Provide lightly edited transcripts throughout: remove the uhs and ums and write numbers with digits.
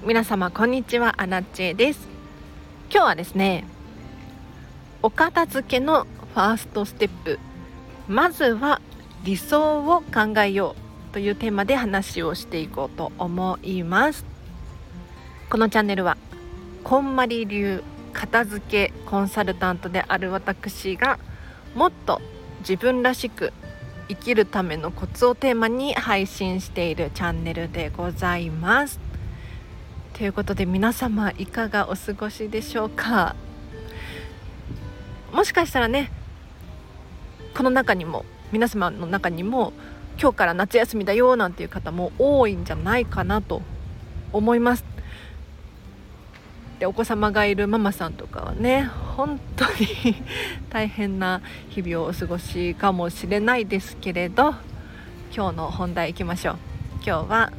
皆様こんにちは、アナチェです。今日はですね、お片付けのファーストステップ、まずは理想を考えようというテーマで話をしていこうと思います。このチャンネルはこんまり流片付けコンサルタントである私が、もっと自分らしく生きるためのコツをテーマに配信しているチャンネルでございます。ということで、皆様いかがお過ごしでしょうか。もしかしたらね、この中にも皆様の中にも今日から夏休みだよなんていう方も多いんじゃないかなと思います。で、お子様がいるママさんとかはね、本当に大変な日々をお過ごしかもしれないですけれど、今日の本題いきましょう。今日は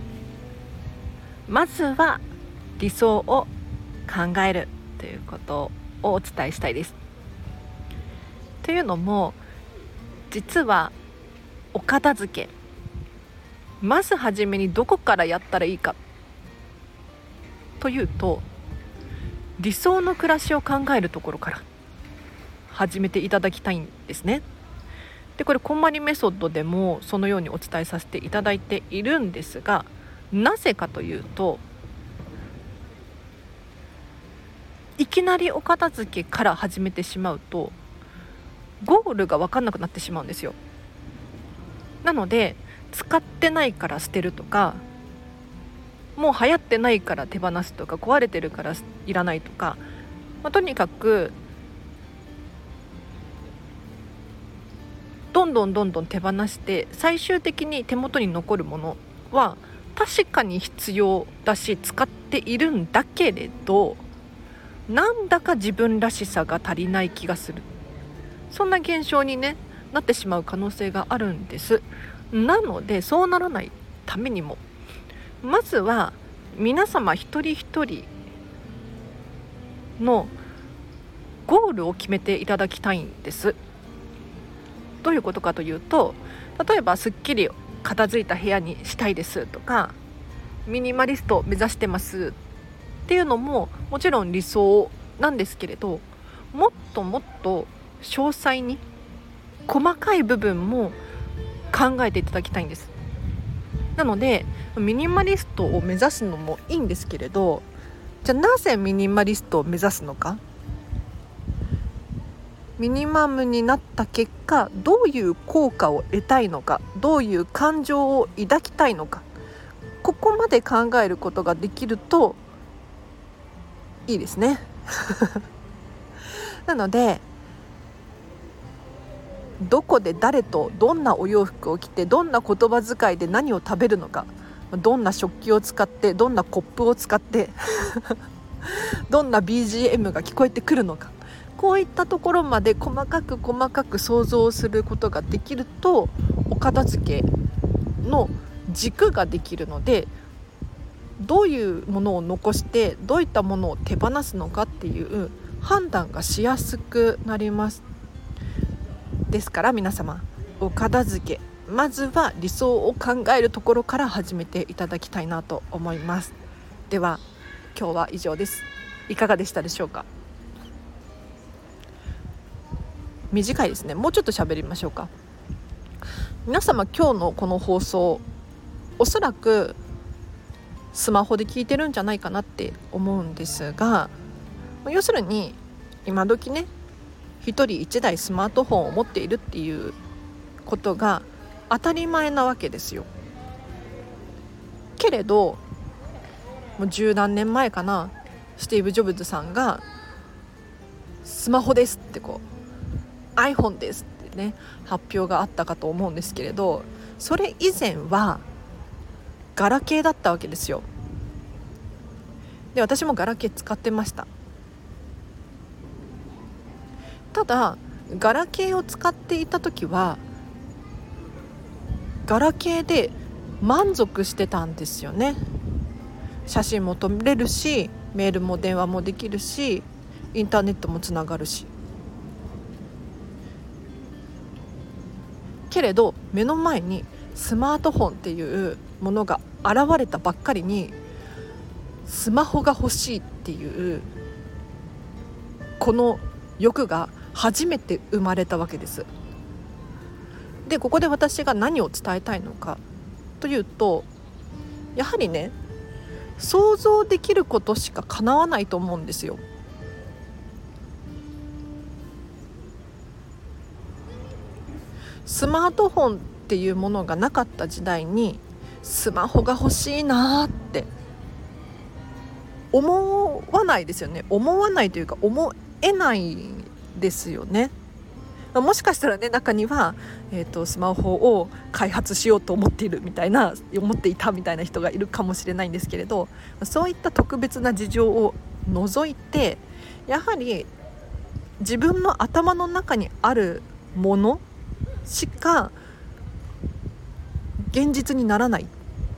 まずは理想を考えるということをお伝えしたいです。というのも、実はお片付け、まずはじめにどこからやったらいいかというと、理想の暮らしを考えるところから始めていただきたいんですね。で、これこんまりメソッドでもそのようにお伝えさせていただいているんですが、なぜかというと、いきなりお片付けから始めてしまうとゴールが分かんなくなってしまうんですよ。なので、使ってないから捨てるとか、もう流行ってないから手放すとか、壊れてるからいらないとか、とにかくどんどん手放して、最終的に手元に残るものは確かに必要だし使っているんだけれど、なんだか自分らしさが足りない気がする、そんな現象に、なってしまう可能性があるんです。なので、そうならないためにも、まずは皆様一人一人のゴールを決めていただきたいんです。どういうことかというと、例えばすっきり片付いた部屋にしたいですとか、ミニマリストを目指してますっていうのももちろん理想なんですけれど、もっともっと詳細に細かい部分も考えていただきたいんです。なので、ミニマリストを目指すのもいいんですけれど、じゃあなぜミニマリストを目指すのか、ミニマムになった結果どういう効果を得たいのか、どういう感情を抱きたいのか、ここまで考えることができるといいですねなので、どこで誰とどんなお洋服を着て、どんな言葉遣いで何を食べるのか、どんな食器を使って、どんなコップを使ってどんな BGM が聞こえてくるのか、こういったところまで細かく想像することができると、お片付けの軸ができるので、どういうものを残してどういったものを手放すのかっていう判断がしやすくなります。ですから皆様、お片付け、まずは理想を考えるところから始めていただきたいなと思います。では今日は以上です。いかがでしたでしょうか。短いですね。もうちょっと喋りましょうか。皆様、今日のこの放送、おそらくスマホで聞いてるんじゃないかなって思うんですが、要するに今時ね、一人一台スマートフォンを持っているっていうことが当たり前なわけですよ。けれど、もう十何年前かな、スティーブ・ジョブズさんがスマホですってiPhone ですってね、発表があったかと思うんですけれど、それ以前はガラケーだったわけですよ。で、私もガラケー使ってました。ただガラケーを使っていた時はガラケーで満足してたんですよね。写真も撮れるし、メールも電話もできるし、インターネットもつながるし。けれど目の前にスマートフォンっていうものが現れたばっかりに、 スマホが欲しいっていうこの欲が初めて生まれたわけです。でここで私が何を伝えたいのかというと、やはりね、想像できることしか叶わないと思うんですよ。スマートフォンっていうものがなかった時代にスマホが欲しいなって思わないですよね。思わないというか思えないですよね。もしかしたらね、中には、スマホを開発しようと思っていたみたいな人がいるかもしれないんですけれど、そういった特別な事情を除いて、やはり自分の頭の中にあるものしか現実にならない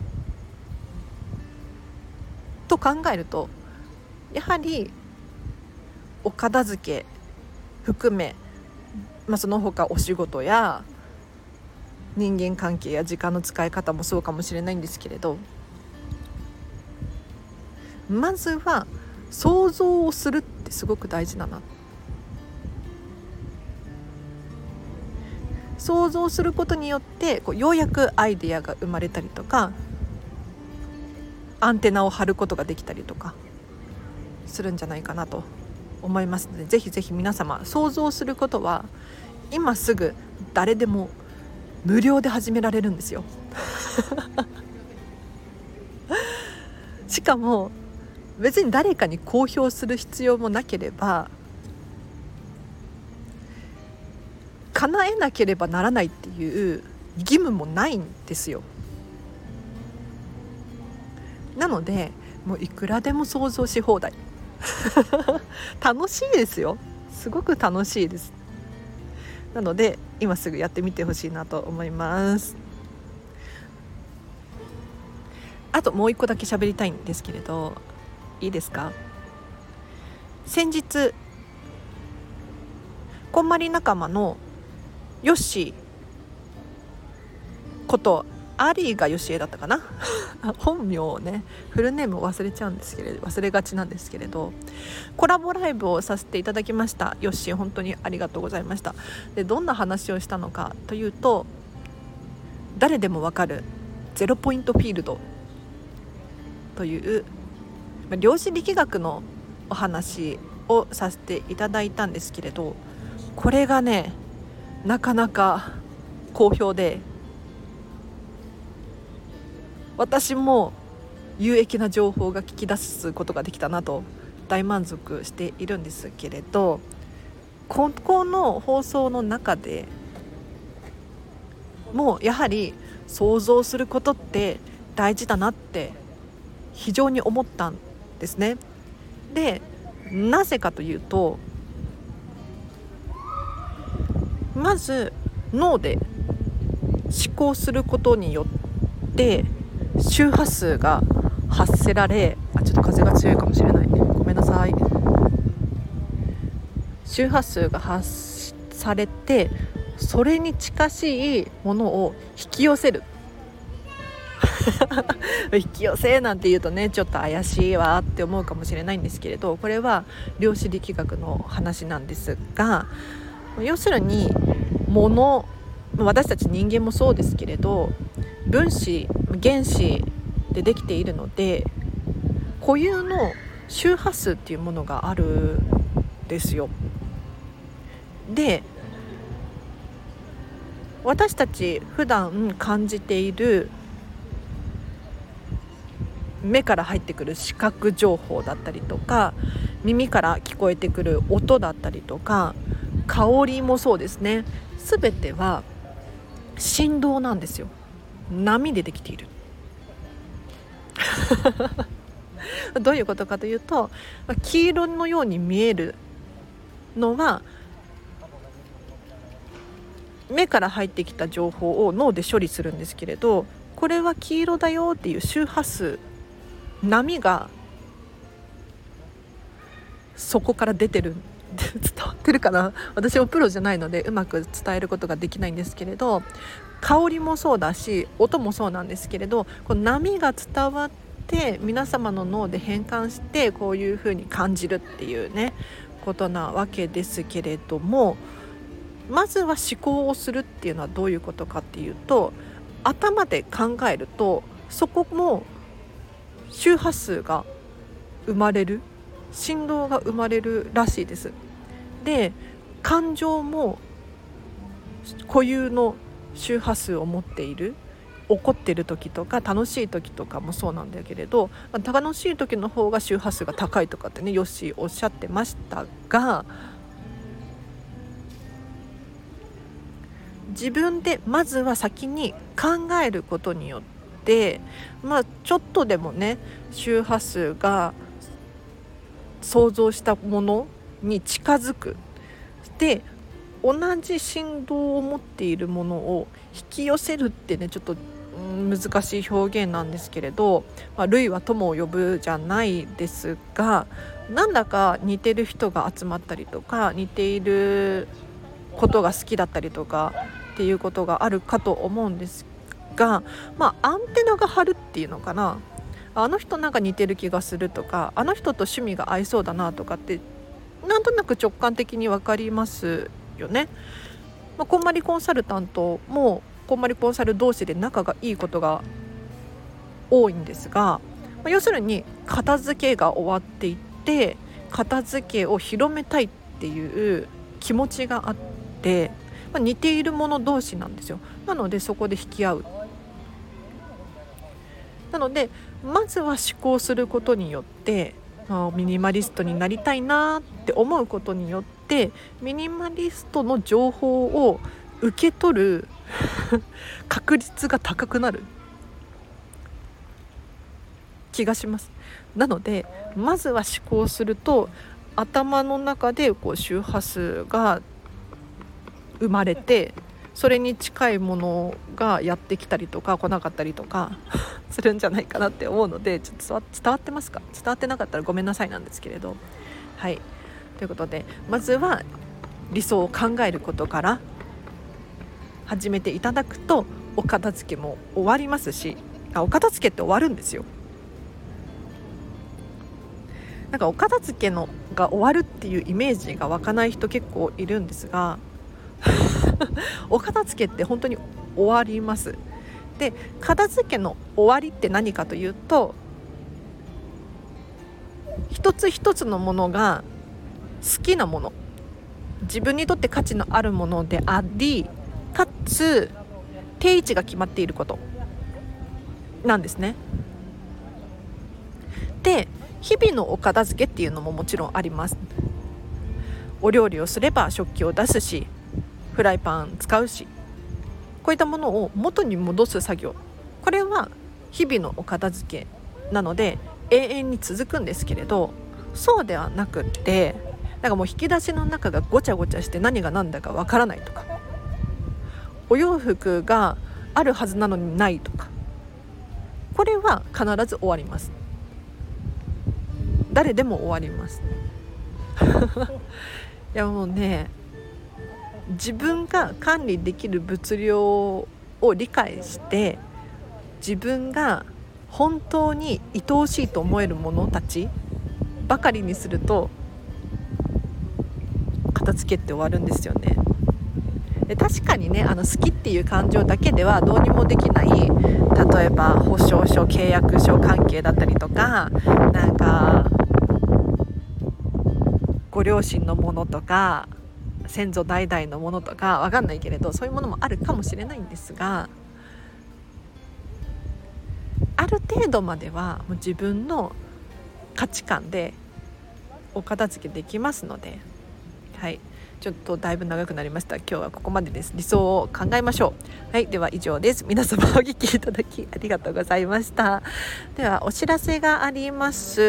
と考えると、やはりお片付け含め、その他お仕事や人間関係や時間の使い方もそうかもしれないんですけれど、まずは想像をするってすごく大事だな。想像することによってようやくアイデアが生まれたりとか、アンテナを張ることができたりとかするんじゃないかなと思いますので、ぜひぜひ皆様、想像することは今すぐ誰でも無料で始められるんですよしかも別に誰かに公表する必要もなければ、叶えなければならないっていう義務もないんですよ。なのでもういくらでも想像し放題楽しいですよ。すごく楽しいです。なので今すぐやってみてほしいなと思います。あともう一個だけ喋りたいんですけれど、いいですか？先日こんまり仲間のヨッシーことアリーがヨシエだったかな本名をね、フルネームを忘れがちなんですけれど、コラボライブをさせていただきました。ヨッシー本当にありがとうございました。でどんな話をしたのかというと、誰でもわかるゼロポイントフィールドという量子力学のお話をさせていただいたんですけれど、これがねなかなか好評で、私も有益な情報が聞き出すことができたなと大満足しているんですけれど、ここの放送の中でもやはり想像することって大事だなって非常に思ったんですね。でなぜかというと、まず脳で思考することによって周波数が発せられ、ちょっと風が強いかもしれない、ごめんなさい。周波数が発されて、それに近しいものを引き寄せる引き寄せなんて言うとね、ちょっと怪しいわって思うかもしれないんですけれど、これは量子力学の話なんですが、要するに物、私たち人間もそうですけれど、分子原子でできているので、固有の周波数っていうものがあるんですよ。で私たち普段感じている目から入ってくる視覚情報だったりとか、耳から聞こえてくる音だったりとか、香りもそうですね。すべては振動なんですよ。波でできているどういうことかというと、黄色のように見えるのは目から入ってきた情報を脳で処理するんですけれど、これは黄色だよっていう周波数、波がそこから出てる伝わってるかな。私もプロじゃないのでうまく伝えることができないんですけれど、香りもそうだし音もそうなんですけれど、この波が伝わっって皆様の脳で変換してこういう風に感じるっていうねことなわけですけれども、まずは思考をするっていうのはどういうことかっていうと、頭で考えるとそこも周波数が生まれる、振動が生まれるらしいです。で、感情も固有の周波数を持っている。怒ってる時とか楽しい時とかもそうなんだけれど、楽しい時の方が周波数が高いとかってね、ヨッシーおっしゃってましたが、自分でまずは先に考えることによって、ちょっとでもね周波数が想像したものに近づく。で、同じ振動を持っているものを引き寄せるってね、ちょっと難しい表現なんですけれど、類は友を呼ぶじゃないですが、なんだか似てる人が集まったりとか、似ていることが好きだったりとかっていうことがあるかと思うんですが、アンテナが張るっていうのかな、あの人なんか似てる気がするとか、あの人と趣味が合いそうだなとかってなんとなく直感的に分かりますよね。こんまりコンサルタントもこんまりコンサル同士で仲がいいことが多いんですが、要するに片付けが終わっていって片付けを広めたいっていう気持ちがあって、似ているもの同士なんですよ。なのでそこで引き合う。なのでまずは思考することによって、ミニマリストになりたいなって思うことによってミニマリストの情報を受け取る確率が高くなる気がします。なのでまずは思考すると頭の中で周波数が生まれて、それに近いものがやってきたりとか来なかったりとかするんじゃないかなって思うので、ちょっと伝わってますか？伝わってなかったらごめんなさいなんですけれど、はい、ということでまずは理想を考えることから始めていただくとお片付けも終わりますし、お片付けって終わるんですよ。なんかお片付けのが終わるっていうイメージが湧かない人結構いるんですがお片付けって本当に終わります。で、片付けの終わりって何かというと、一つ一つのものが好きなもの、自分にとって価値のあるものであり、かつ定位置が決まっていることなんですね。で、日々のお片付けっていうのももちろんあります。お料理をすれば食器を出すし、フライパン使うし、こういったものを元に戻す作業、これは日々のお片付けなので永遠に続くんですけれど、そうではなくって、なんかもう引き出しの中がごちゃごちゃして何が何だかわからないとか、お洋服があるはずなのにないとか、これは必ず終わります。誰でも終わりますいやもうね、自分が管理できる物量を理解して、自分が本当に愛おしいと思えるものたちばかりにすると片付けって終わるんですよね。で、確かにね、好きっていう感情だけではどうにもできない、例えば保証書、契約書関係だったりとか、なんかご両親のものとか先祖代々のものとかわかんないけれど、そういうものもあるかもしれないんですが、ある程度まではもう自分の価値観でお片付けできますので、はい、ちょっとだいぶ長くなりました。今日はここまでです。理想を考えましょう。はい、では以上です。皆様お聞きいただきありがとうございました。ではお知らせがあります。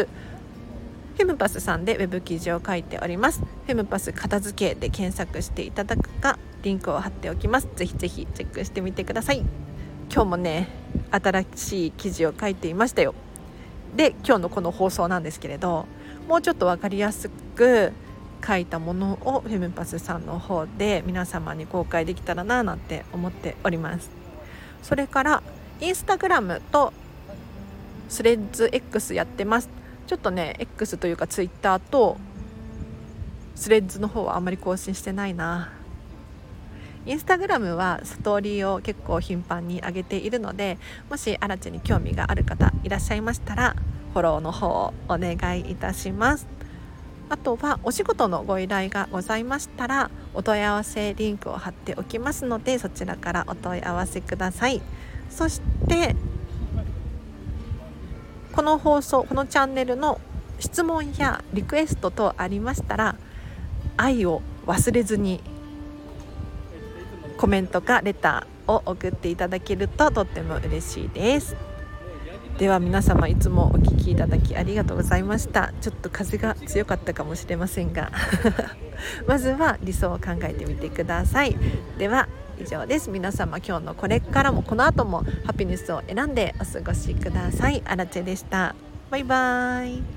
フェムパスさんでウェブ記事を書いております。フェムパス片付けで検索していただくか、リンクを貼っておきます。ぜひぜひチェックしてみてください。今日もね、新しい記事を書いていましたよ。で、今日のこの放送なんですけれど、もうちょっと分かりやすく書いたものをフェムパスさんの方で皆様に公開できたらななんて思っております。それからインスタグラムとスレッズ X やってます。ちょっとね X というか Twitter とスレッズの方はあんまり更新してないな。インスタグラムはストーリーを結構頻繁に上げているので、もしアラチェに興味がある方いらっしゃいましたらフォローの方をお願いいたします。あとはお仕事のご依頼がございましたらお問い合わせリンクを貼っておきますので、そちらからお問い合わせください。そしてこの放送、このチャンネルの質問やリクエスト等ありましたら、愛を忘れずにコメントかレターを送っていただけるととっても嬉しいです。では皆様いつもお聞きいただきありがとうございました。ちょっと風が強かったかもしれませんがまずは理想を考えてみてください。では以上です。皆様今日のこれからもこの後もハピネスを選んでお過ごしください。アラチェでした。バイバイ。